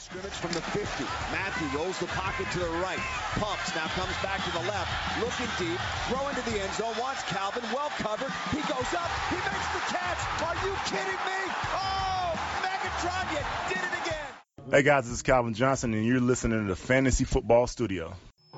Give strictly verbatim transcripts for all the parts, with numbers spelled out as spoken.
Scrimmage from the fifty. Matthew rolls the pocket to the right. Pumps, now comes back to the left. Looking deep, throw into the end zone. Wants Calvin, well covered. He goes up, he makes the catch. Are you kidding me? Oh, Megatron, you did it again. Hey guys, this is Calvin Johnson, and you're listening to the Fantasy Football Studio.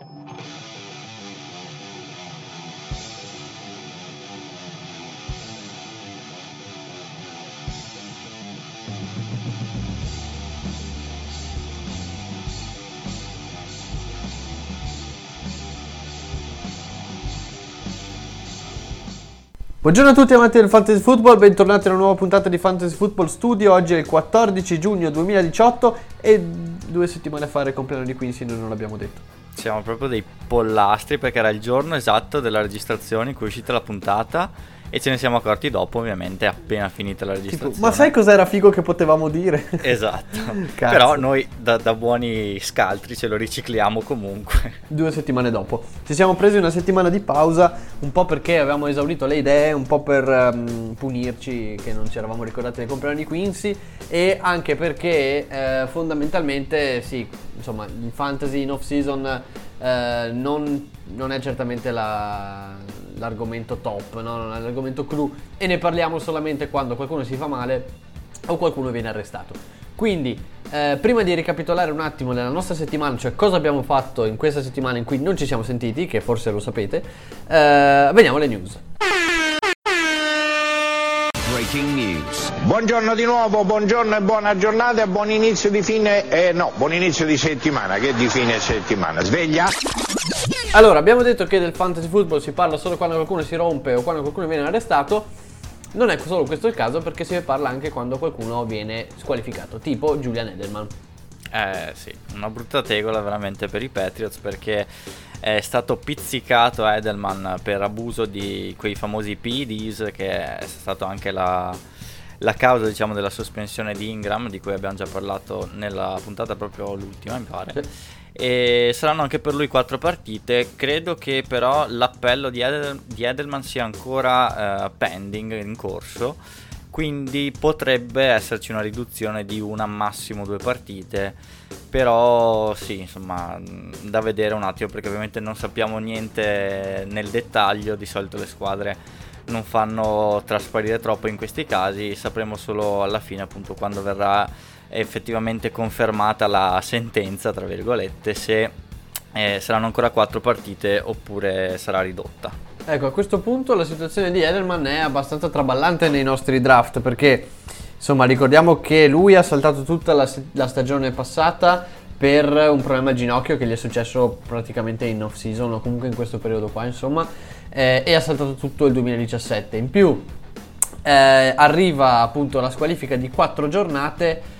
Buongiorno a tutti amanti del Fantasy Football, bentornati a una nuova puntata di Fantasy Football Studio. Oggi è il quattordici giugno duemiladiciotto e due settimane fa era il compleanno di Quincy, noi non l'abbiamo detto. Siamo proprio dei pollastri perché era il giorno esatto della registrazione in cui è uscita la puntata e ce ne siamo accorti dopo, ovviamente, appena finita la registrazione. Tipo, ma sai cos'era figo che potevamo dire? Esatto. Però noi da, da buoni scaltri ce lo ricicliamo comunque. Due settimane dopo. Ci siamo presi una settimana di pausa, un po' perché avevamo esaurito le idee, un po' per um, punirci che non ci eravamo ricordati del compleanno di Quincy, e anche perché eh, fondamentalmente sì, insomma, il fantasy in off season eh, non, non è certamente la... l'argomento top, no? Non è l'argomento clou, e ne parliamo solamente quando qualcuno si fa male o qualcuno viene arrestato. Quindi eh, prima di ricapitolare un attimo della nostra settimana, cioè cosa abbiamo fatto in questa settimana in cui non ci siamo sentiti, che forse lo sapete, eh, veniamo alle news. Breaking news. Buongiorno di nuovo, buongiorno e buona giornata e buon inizio di fine, eh, no, buon inizio di settimana, che di fine settimana, sveglia? Allora, abbiamo detto che del fantasy football si parla solo quando qualcuno si rompe o quando qualcuno viene arrestato. Non è solo questo il caso, perché si parla anche quando qualcuno viene squalificato, tipo Julian Edelman. Eh sì, una brutta tegola veramente per i Patriots, perché è stato pizzicato Edelman per abuso di quei famosi P E Ds, che è stato anche la, la causa, diciamo, della sospensione di Ingram, di cui abbiamo già parlato nella puntata proprio l'ultima, mi pare. Sì. E saranno anche per lui quattro partite. Credo che però l'appello di, Edel- di Edelman sia ancora uh, pending, in corso, quindi potrebbe esserci una riduzione di una, massimo due partite. Però sì, insomma, da vedere un attimo, perché ovviamente non sappiamo niente nel dettaglio. Di solito le squadre non fanno trasparire troppo in questi casi, sapremo solo alla fine, appunto, quando verrà effettivamente confermata la sentenza, tra virgolette, se eh, saranno ancora quattro partite oppure sarà ridotta. Ecco, a questo punto la situazione di Edelman è abbastanza traballante nei nostri draft, perché insomma ricordiamo che lui ha saltato tutta la, la stagione passata per un problema al ginocchio che gli è successo praticamente in off season o comunque in questo periodo qua, insomma, eh, e ha saltato tutto il duemiladiciassette. In più eh, arriva appunto la squalifica di quattro giornate.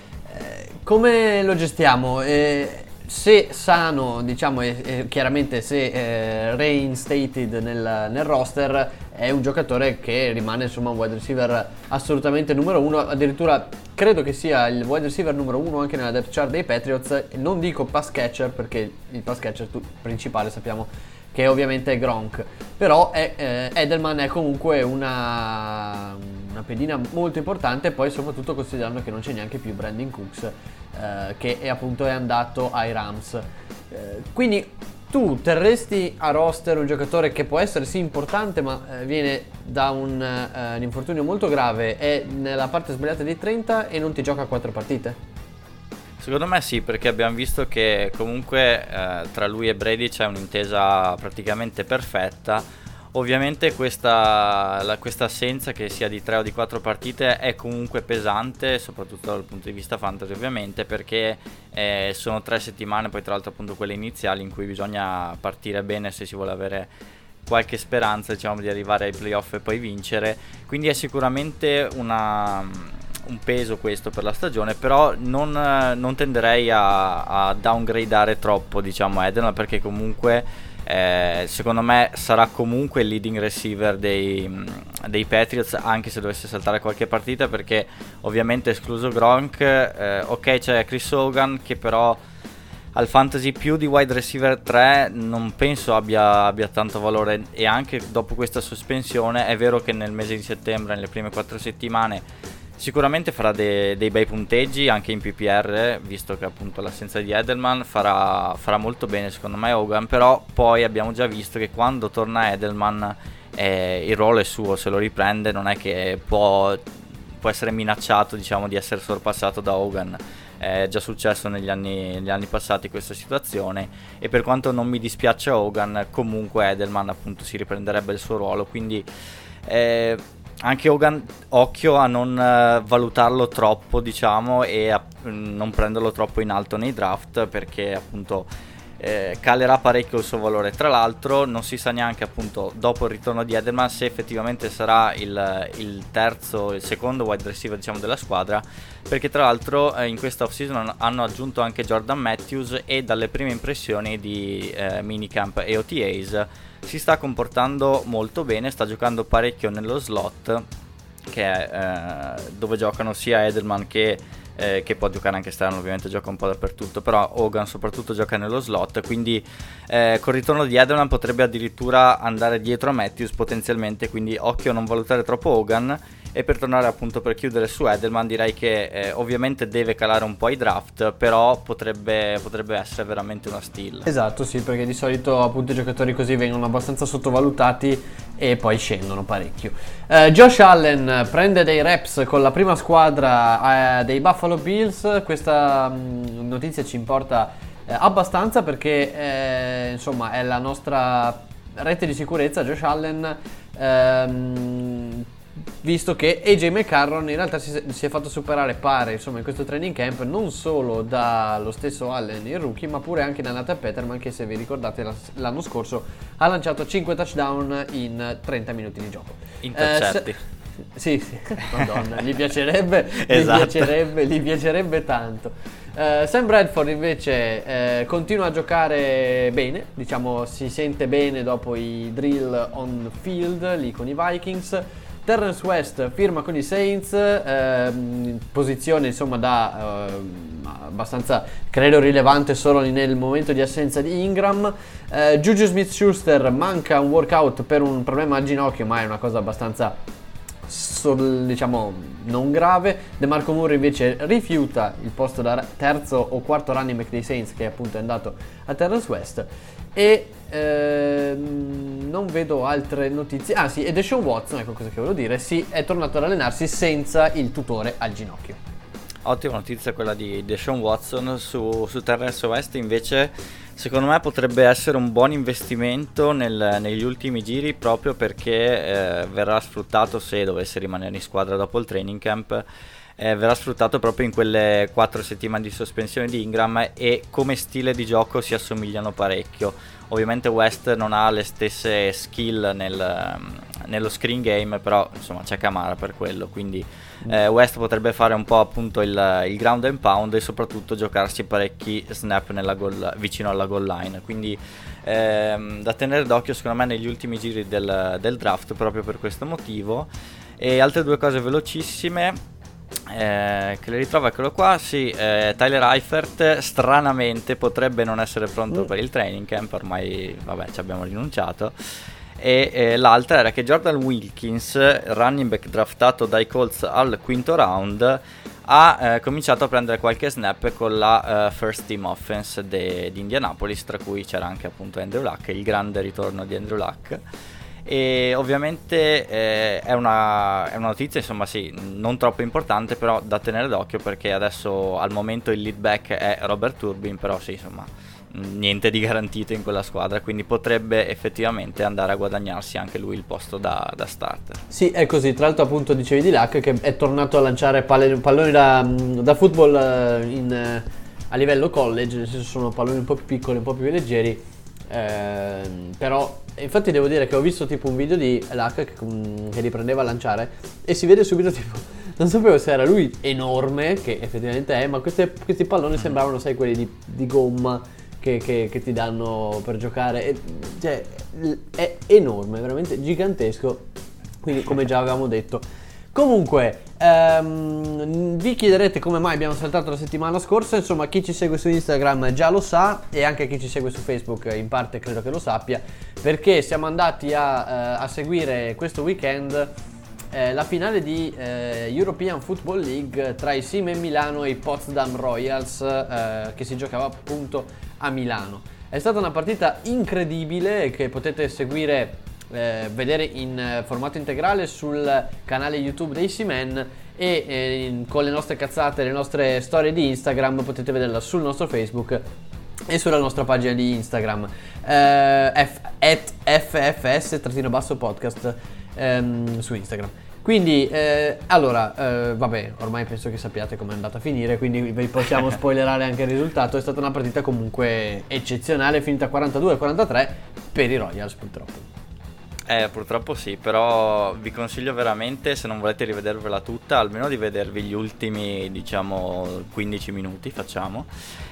Come lo gestiamo? Eh, se sano, diciamo, e, e chiaramente se eh, reinstated nel, nel roster, è un giocatore che rimane, insomma, un wide receiver assolutamente numero uno. Addirittura credo che sia il wide receiver numero uno anche nella depth chart dei Patriots. Non dico pass catcher, perché il pass catcher tu, principale sappiamo che ovviamente è Gronk, però è, eh, Edelman è comunque una, una pedina molto importante, poi soprattutto considerando che non c'è neanche più Brandon Cooks, eh, che è appunto è andato ai Rams. Eh, quindi tu terresti a roster un giocatore che può essere sì importante, ma eh, viene da un, eh, un infortunio molto grave, è nella parte sbagliata di trenta e non ti gioca quattro partite? Secondo me sì, perché abbiamo visto che comunque eh, tra lui e Brady c'è un'intesa praticamente perfetta. Ovviamente questa, la, questa assenza, che sia di tre o di quattro partite, è comunque pesante, soprattutto dal punto di vista fantasy, ovviamente, perché eh, sono tre settimane, poi tra l'altro appunto quelle iniziali, in cui bisogna partire bene se si vuole avere qualche speranza, diciamo, di arrivare ai playoff e poi vincere. Quindi è sicuramente una... un peso questo per la stagione, però non, non tenderei a, a downgradare troppo, diciamo, Edelman, perché comunque eh, secondo me sarà comunque il leading receiver dei, dei Patriots, anche se dovesse saltare qualche partita, perché ovviamente escluso Gronk, eh, ok, c'è Chris Hogan, che però al fantasy più di wide receiver tre non penso abbia, abbia tanto valore, e anche dopo questa sospensione è vero che nel mese di settembre, nelle prime quattro settimane, sicuramente farà de- dei bei punteggi anche in P P R, visto che appunto l'assenza di Edelman farà, farà molto bene secondo me Hogan, però poi abbiamo già visto che quando torna Edelman eh, il ruolo è suo, se lo riprende non è che può, può essere minacciato, diciamo, di essere sorpassato da Hogan. È già successo negli anni, negli anni passati questa situazione, e per quanto non mi dispiace Hogan, comunque Edelman appunto si riprenderebbe il suo ruolo, quindi eh, anche Hogan, occhio a non uh, valutarlo troppo, diciamo, e a mm, non prenderlo troppo in alto nei draft, perché appunto eh, calerà parecchio il suo valore. Tra l'altro non si sa neanche appunto dopo il ritorno di Edelman se effettivamente sarà il, il terzo, il secondo wide receiver, diciamo, della squadra, perché tra l'altro eh, in questa offseason hanno aggiunto anche Jordan Matthews, e dalle prime impressioni di eh, minicamp e O T As si sta comportando molto bene, sta giocando parecchio nello slot, che è eh, dove giocano sia Edelman che, eh, che può giocare anche esterno, ovviamente gioca un po' dappertutto, però Hogan soprattutto gioca nello slot, quindi eh, col ritorno di Edelman potrebbe addirittura andare dietro a Matthews potenzialmente, quindi occhio a non valutare troppo Hogan. E per tornare appunto, per chiudere su Edelman, direi che eh, ovviamente deve calare un po' i draft, però potrebbe, potrebbe essere veramente una steal. Esatto, sì, perché di solito appunto i giocatori così vengono abbastanza sottovalutati e poi scendono parecchio. eh, Josh Allen prende dei reps con la prima squadra eh, dei Buffalo Bills. Questa mh, notizia ci importa eh, abbastanza perché eh, insomma è la nostra rete di sicurezza. Josh Allen, ehm, visto che A J McCarron in realtà si, si è fatto superare, pare, insomma, in questo training camp non solo dallo stesso Allen, il rookie, ma pure anche da Nathan Peterman, che se vi ricordate l'anno scorso ha lanciato cinque touchdown in trenta minuti di gioco. Intercetti. Eh, se, sì, sì, madonna, gli piacerebbe, Esatto. gli piacerebbe, gli piacerebbe tanto. Uh, Sam Bradford invece uh, continua a giocare bene, diciamo, si sente bene dopo i drill on field lì con i Vikings. Terrence West firma con i Saints, ehm, posizione insomma da eh, abbastanza, credo, rilevante solo nel momento di assenza di Ingram. eh, Juju Smith-Schuster manca un workout per un problema al ginocchio, ma è una cosa abbastanza sol, diciamo non grave. DeMarco Moore invece rifiuta il posto da terzo o quarto running back dei Saints, che appunto è andato a Terrence West. E ehm, non vedo altre notizie. Ah sì, e Deshaun Watson, ecco cosa che volevo dire, sì, è tornato ad allenarsi senza il tutore al ginocchio. Ottima notizia quella di Deshaun Watson. Su, su Terrence West invece secondo me potrebbe essere un buon investimento nel, negli ultimi giri, proprio perché eh, verrà sfruttato, se dovesse rimanere in squadra dopo il training camp, eh, verrà sfruttato proprio in quelle quattro settimane di sospensione di Ingram, e come stile di gioco si assomigliano parecchio. Ovviamente West non ha le stesse skill nel, nello screen game, però insomma c'è Kamara per quello, quindi eh, West potrebbe fare un po' appunto il, il ground and pound, e soprattutto giocarsi parecchi snap nella goal, vicino alla goal line, quindi ehm, da tenere d'occhio secondo me negli ultimi giri del, del draft, proprio per questo motivo. E altre due cose velocissime, Eh, che le ritrovo, eccolo qua. Sì, eh, Tyler Eifert stranamente potrebbe non essere pronto mm. per il training camp, ormai vabbè ci abbiamo rinunciato. E eh, l'altra era che Jordan Wilkins, running back draftato dai Colts al quinto round, ha eh, cominciato a prendere qualche snap con la uh, first team offense de- di Indianapolis, tra cui c'era anche appunto Andrew Luck, il grande ritorno di Andrew Luck. E ovviamente eh, è, una, è una notizia, insomma, sì, non troppo importante, però da tenere d'occhio, perché adesso al momento il lead back è Robert Turbin, però sì, insomma, niente di garantito in quella squadra, quindi potrebbe effettivamente andare a guadagnarsi anche lui il posto da, da starter. Sì, è così. Tra l'altro appunto dicevi di Luck, che è tornato a lanciare palle, palloni da, da football in, a livello college, nel senso sono palloni un po' più piccoli, un po' più leggeri. Eh, però infatti devo dire che ho visto tipo un video di Luck che, che riprendeva a lanciare, e si vede subito tipo, non sapevo se era lui enorme, che effettivamente è, ma queste, questi palloni sembravano, sai, quelli di, di gomma che, che, che ti danno per giocare, e, cioè è enorme, veramente gigantesco, quindi come già avevamo detto. Comunque ehm, vi chiederete come mai abbiamo saltato la settimana scorsa. Insomma, chi ci segue su Instagram già lo sa, e anche chi ci segue su Facebook in parte credo che lo sappia, perché siamo andati a, eh, a seguire questo weekend eh, la finale di eh, European Football League tra i Simen Milano e i Potsdam Royals, eh, che si giocava appunto a Milano. È stata una partita incredibile che potete seguire, eh, vedere in eh, formato integrale sul canale YouTube dei Simen, e eh, in, con le nostre cazzate, le nostre storie di Instagram potete vederla sul nostro Facebook e sulla nostra pagina di Instagram, eh, f, at ffs-podcast ehm, su Instagram. Quindi eh, allora eh, vabbè, ormai penso che sappiate com'è andata a finire, quindi vi possiamo spoilerare anche il risultato. È stata una partita comunque eccezionale, finita quarantadue a quarantatré per i Royals, purtroppo. Eh, purtroppo sì, però vi consiglio veramente, se non volete rivedervela tutta, almeno di vedervi gli ultimi, diciamo, quindici minuti, facciamo.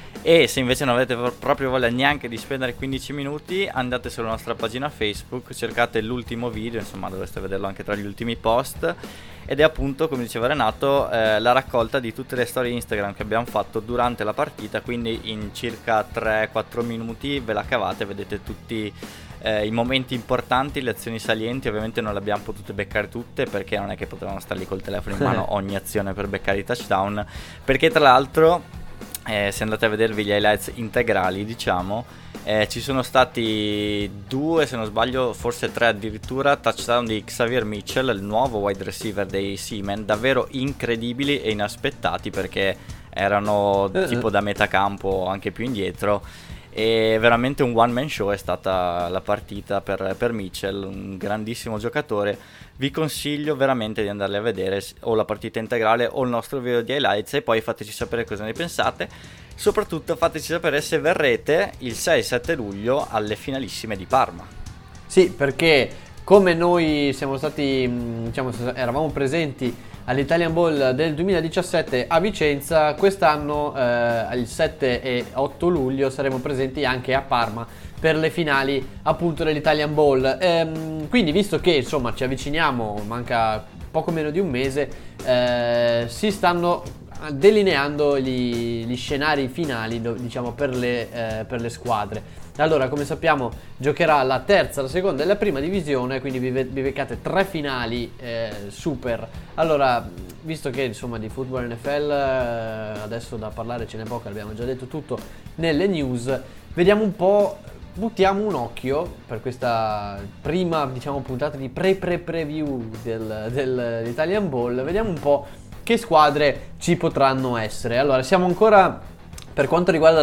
E se invece non avete proprio voglia neanche di spendere quindici minuti, andate sulla nostra pagina Facebook, cercate l'ultimo video, insomma dovreste vederlo anche tra gli ultimi post, ed è appunto, come diceva Renato, eh, la raccolta di tutte le storie Instagram che abbiamo fatto durante la partita, quindi in circa tre quattro minuti ve la cavate, vedete tutti eh, i momenti importanti, le azioni salienti. Ovviamente non le abbiamo potute beccare tutte, perché non è che potevamo stare lì col telefono in mano ogni azione per beccare i touchdown, perché tra l'altro Eh, se andate a vedervi gli highlights integrali, diciamo, eh, ci sono stati due, se non sbaglio, forse tre addirittura, touchdown di Xavier Mitchell, il nuovo wide receiver dei Seamen, davvero incredibili e inaspettati, perché erano uh-huh. tipo da metà campo, anche più indietro. E veramente un one man show è stata la partita per, per Mitchell, un grandissimo giocatore. Vi consiglio veramente di andarli a vedere, o la partita integrale o il nostro video di highlights, e poi fateci sapere cosa ne pensate. Soprattutto fateci sapere se verrete il sei sette luglio alle finalissime di Parma. Sì, perché come noi siamo stati, diciamo, eravamo presenti all'Italian Bowl del duemiladiciassette a Vicenza, quest'anno eh, il sette e otto luglio saremo presenti anche a Parma per le finali appunto dell'Italian Bowl. Ehm, quindi, visto che insomma ci avviciniamo, manca poco meno di un mese, eh, si stanno delineando gli, gli scenari finali, diciamo, per le, eh, per le squadre. Allora, come sappiamo, giocherà la terza, la seconda e la prima divisione, quindi vi, vi beccate tre finali eh, super. Allora, visto che insomma di football N F L eh, adesso da parlare ce n'è poco, abbiamo già detto tutto nelle news, vediamo un po', buttiamo un occhio per questa prima, diciamo, puntata di pre-pre-preview del, dell'Italian Bowl, vediamo un po' che squadre ci potranno essere. Allora, siamo ancora, per quanto riguarda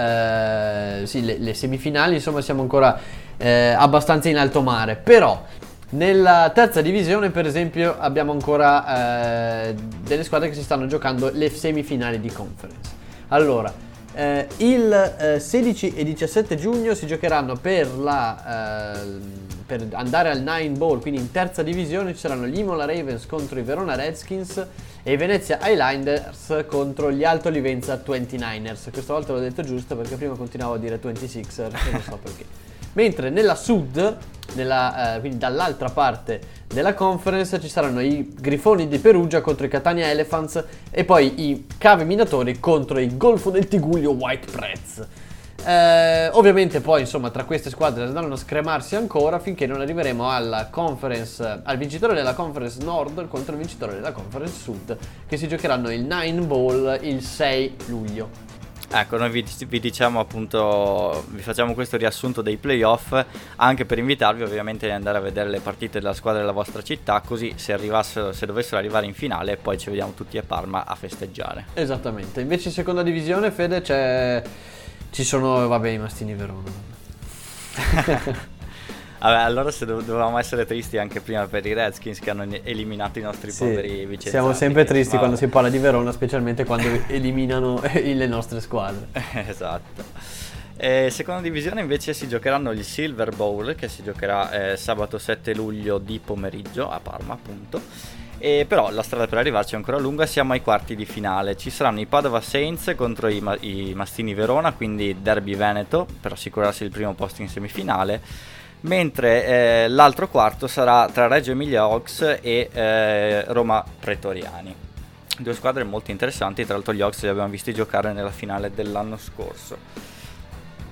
la, eh, sì, le, le semifinali, insomma siamo ancora eh, abbastanza in alto mare, però nella terza divisione per esempio abbiamo ancora eh, delle squadre che si stanno giocando le semifinali di conference. Allora, eh, il eh, sedici e diciassette giugno si giocheranno per la... Eh, per andare al Nine Bowl, quindi in terza divisione ci saranno gli Imola Ravens contro i Verona Redskins e i Venezia Highlanders contro gli Alto Livenza ventinovers. Questa volta l'ho detto giusto, perché prima continuavo a dire ventiseiers e non so perché. Mentre nella Sud, nella, eh, quindi dall'altra parte della conference, ci saranno i Grifoni di Perugia contro i Catania Elephants e poi i Cave Minatori contro i Golfo del Tigullio White Preds. Eh, ovviamente poi insomma tra queste squadre andranno a scremarsi ancora finché non arriveremo alla conference, al vincitore della conference Nord contro il vincitore della conference Sud, che si giocheranno il Nine Bowl il sei luglio. Ecco, noi vi, vi diciamo appunto, vi facciamo questo riassunto dei playoff anche per invitarvi ovviamente ad andare a vedere le partite della squadra della vostra città, così se arrivassero, se dovessero arrivare in finale, poi ci vediamo tutti a Parma a festeggiare. Esattamente. Invece in seconda divisione, Fede, c'è... ci sono, vabbè, i Mastini Verona. Vabbè, allora se dov- dovevamo essere tristi anche prima per i Redskins che hanno eliminato i nostri sì, poveri vicenzani. Siamo sempre tristi ma... quando si parla di Verona, specialmente quando eliminano le nostre squadre. Esatto. E seconda divisione invece si giocheranno il Silver Bowl, che si giocherà eh, sabato sette luglio di pomeriggio a Parma, appunto. E però la strada per arrivarci è ancora lunga, siamo ai quarti di finale. Ci saranno i Padova Saints contro i, Ma- i Mastini Verona, quindi derby veneto per assicurarsi il primo posto in semifinale, mentre eh, l'altro quarto sarà tra Reggio Emilia Hawks e eh, Roma Pretoriani. Due squadre molto interessanti, tra l'altro gli Hawks li abbiamo visti giocare nella finale dell'anno scorso.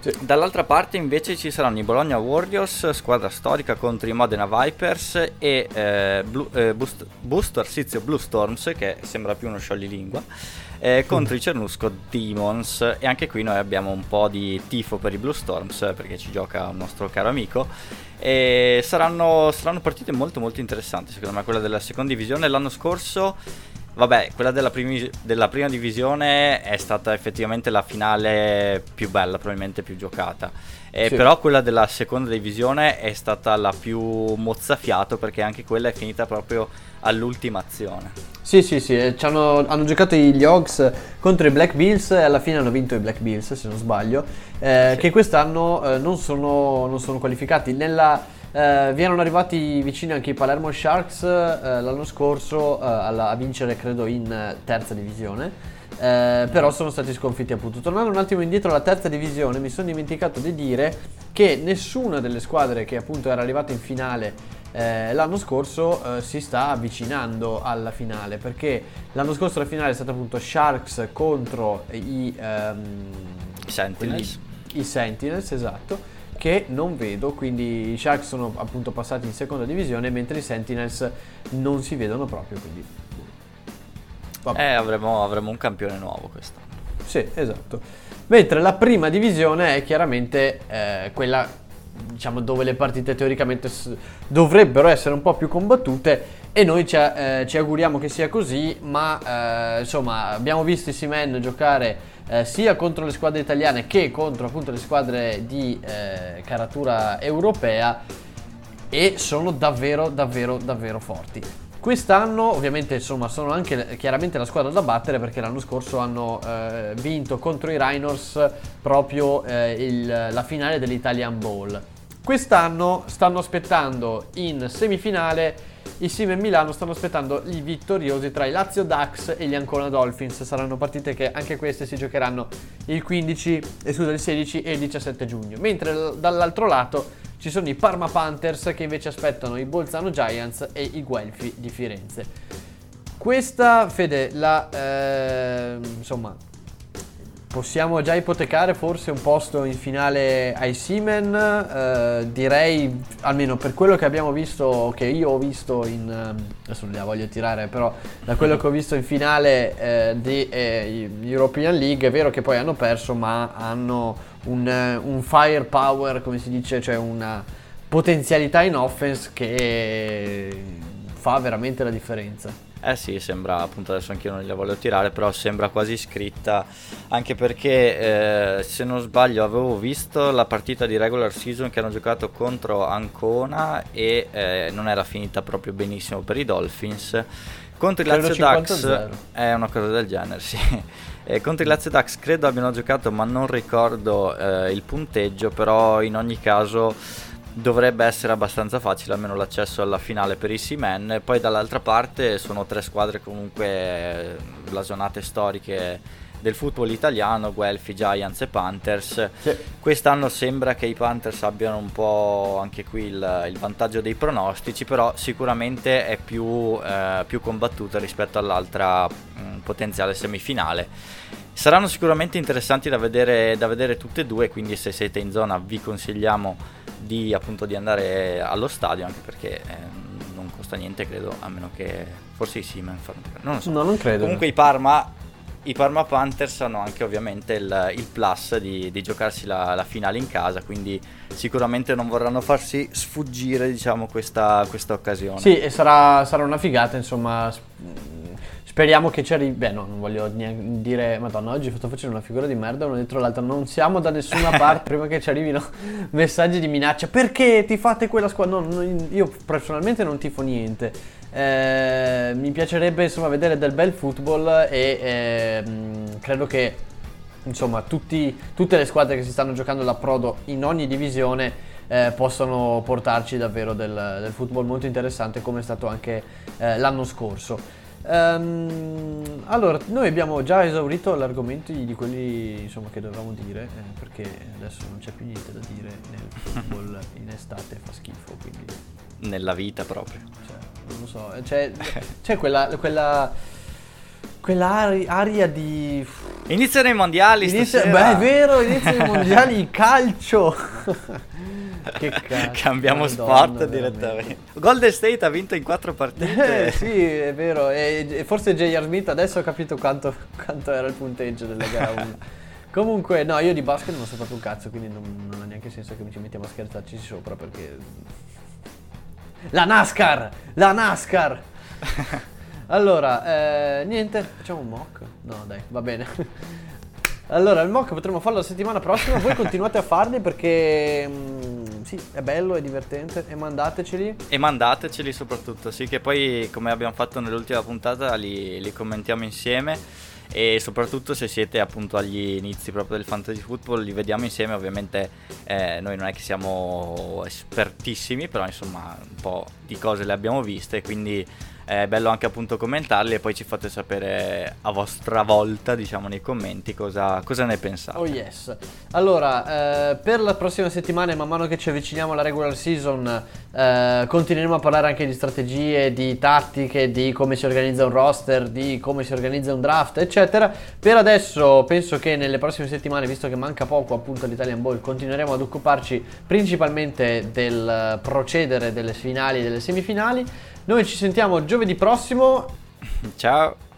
Sì. Dall'altra parte invece ci saranno i Bologna Warriors, squadra storica, contro i Modena Vipers e eh, Blue, eh, Boost, Boost Arsizio Blue Storms, che sembra più uno scioglilingua, eh, contro i Cernusco Demons. E anche qui noi abbiamo un po' di tifo per i Blue Storms, perché ci gioca un nostro caro amico, e saranno, saranno partite molto molto interessanti secondo me. Quella della seconda divisione l'anno scorso, vabbè, quella della, primi, della prima divisione è stata effettivamente la finale più bella, probabilmente più giocata, eh, sì. Però quella della seconda divisione è stata la più mozzafiato, perché anche quella è finita proprio all'ultima azione. Sì, sì, sì, eh, c'hanno, hanno giocato gli Hawks contro i Black Bills e alla fine hanno vinto i Black Bills, se non sbaglio, eh, sì. che quest'anno eh, non, sono, non sono qualificati. Nella, eh, vi erano arrivati vicini anche i Palermo Sharks eh, l'anno scorso eh, alla, a vincere, credo, in eh, terza divisione, eh, però sono stati sconfitti appunto. Tornando un attimo indietro alla terza divisione, mi sono dimenticato di dire che nessuna delle squadre che appunto era arrivata in finale Eh, l'anno scorso eh, si sta avvicinando alla finale, perché l'anno scorso la finale è stata appunto Sharks contro i ehm, Sentinels. quelli, i Sentinels, esatto, che non vedo, quindi i Sharks sono appunto passati in seconda divisione, mentre i Sentinels non si vedono proprio, quindi eh, avremo, avremo un campione nuovo quest'anno. Sì, esatto. Mentre la prima divisione è chiaramente eh, quella, diciamo, dove le partite teoricamente s- dovrebbero essere un po' più combattute, e noi ci, eh, ci auguriamo che sia così, ma eh, insomma abbiamo visto i Seamen giocare eh, sia contro le squadre italiane che contro appunto le squadre di eh, caratura europea, e sono davvero davvero davvero forti. Quest'anno ovviamente insomma sono anche chiaramente la squadra da battere, perché l'anno scorso hanno eh, vinto contro i Rhinos proprio eh, il, la finale dell'Italian Bowl. Quest'anno stanno aspettando in semifinale i Seamen Milano, stanno aspettando i vittoriosi tra i Lazio Ducks e gli Ancona Dolphins. Saranno partite che anche queste si giocheranno il quindici e scusa, il sedici e il diciassette giugno, mentre l- dall'altro lato ci sono i Parma Panthers che invece aspettano i Bolzano Giants e i Guelfi di Firenze. Questa, Fede, la eh, insomma, possiamo già ipotecare forse un posto in finale ai Seamen, eh, direi, almeno per quello che abbiamo visto, che io ho visto in, adesso non la voglio tirare, però da quello che ho visto in finale eh, di eh, European League, è vero che poi hanno perso, ma hanno un, un firepower, come si dice, cioè una potenzialità in offense che fa veramente la differenza. Eh sì, sembra, appunto adesso anch'io non la voglio tirare, però sembra quasi scritta, anche perché eh, se non sbaglio avevo visto la partita di regular season che hanno giocato contro Ancona e eh, non era finita proprio benissimo per i Dolphins. Contro i Lazio Ducks è una cosa del genere, sì. E contro i Lazio Ducks credo abbiano giocato, ma non ricordo eh, il punteggio, però in ogni caso dovrebbe essere abbastanza facile almeno l'accesso alla finale per i Seamen. Poi dall'altra parte sono tre squadre comunque blasonate storiche del football italiano: Guelfi, Giants e Panthers. Sì. Quest'anno sembra che i Panthers abbiano un po' anche qui il, il vantaggio dei pronostici, però sicuramente è più, eh, più combattuta rispetto all'altra mh, potenziale semifinale. Saranno sicuramente interessanti da vedere, da vedere tutte e due, quindi se siete in zona vi consigliamo di appunto di andare allo stadio, anche perché eh, non costa niente, credo, a meno che forse i Seamen fanno, non lo so. No, non credo. Comunque i Parma i Parma Panthers hanno anche ovviamente il, il plus di, di giocarsi la, la finale in casa, quindi sicuramente non vorranno farsi sfuggire, diciamo, questa, questa occasione. Sì, e sarà, sarà una figata, insomma. Speriamo che ci arrivi. Beh, no, non voglio neanche dire. Madonna, oggi sto facendo una figura di merda uno dietro l'altro. Non siamo da nessuna parte prima che ci arrivino messaggi di minaccia. Perché ti fate quella squadra? No, no, io personalmente non tifo niente. Eh, mi piacerebbe insomma vedere del bel football e eh, credo che insomma tutti, tutte le squadre che si stanno giocando l'approdo in ogni divisione eh, possono portarci davvero del, del football molto interessante, come è stato anche eh, l'anno scorso. Um, allora, noi abbiamo già esaurito l'argomento di quelli insomma che dovevamo dire, eh, perché adesso non c'è più niente da dire nel football in estate, fa schifo, quindi nella vita proprio, cioè, non lo so, c'è, c'è quella quella quella aria di Iniziano i mondiali Inizia, stasera. beh, è vero, iniziano i mondiali di calcio. Che cazzo. Cambiamo Madonna, sport veramente. direttamente. Golden State ha vinto in quattro partite. Eh, sì, è vero. E, e forse J R. Smith adesso ha capito quanto, quanto era il punteggio della gara uno. Comunque, no, io di basket non so proprio un cazzo, quindi non, non ha neanche senso che mi ci mettiamo a scherzarci sopra perché... La NASCAR! La NASCAR! Allora, eh, niente, facciamo un mock? No, dai, va bene. Allora, il mock potremo farlo la settimana prossima. Voi continuate a farli perché mm, sì, è bello, è divertente. E mandateceli. E mandateceli soprattutto, sì, che poi come abbiamo fatto nell'ultima puntata li, li commentiamo insieme. E soprattutto se siete appunto agli inizi proprio del fantasy football li vediamo insieme. Ovviamente eh, noi non è che siamo espertissimi, però insomma un po' di cose le abbiamo viste, quindi è bello anche appunto commentarli e poi ci fate sapere a vostra volta, diciamo, nei commenti cosa, cosa ne pensate. Oh yes. Allora, eh, per la prossima settimana, man mano che ci avviciniamo alla regular season, eh, continueremo a parlare anche di strategie, di tattiche, di come si organizza un roster, di come si organizza un draft, eccetera. Per adesso penso che nelle prossime settimane, visto che manca poco appunto l'Italian Bowl, continueremo ad occuparci principalmente del procedere delle finali e delle semifinali. Noi ci sentiamo giovedì prossimo. Ciao.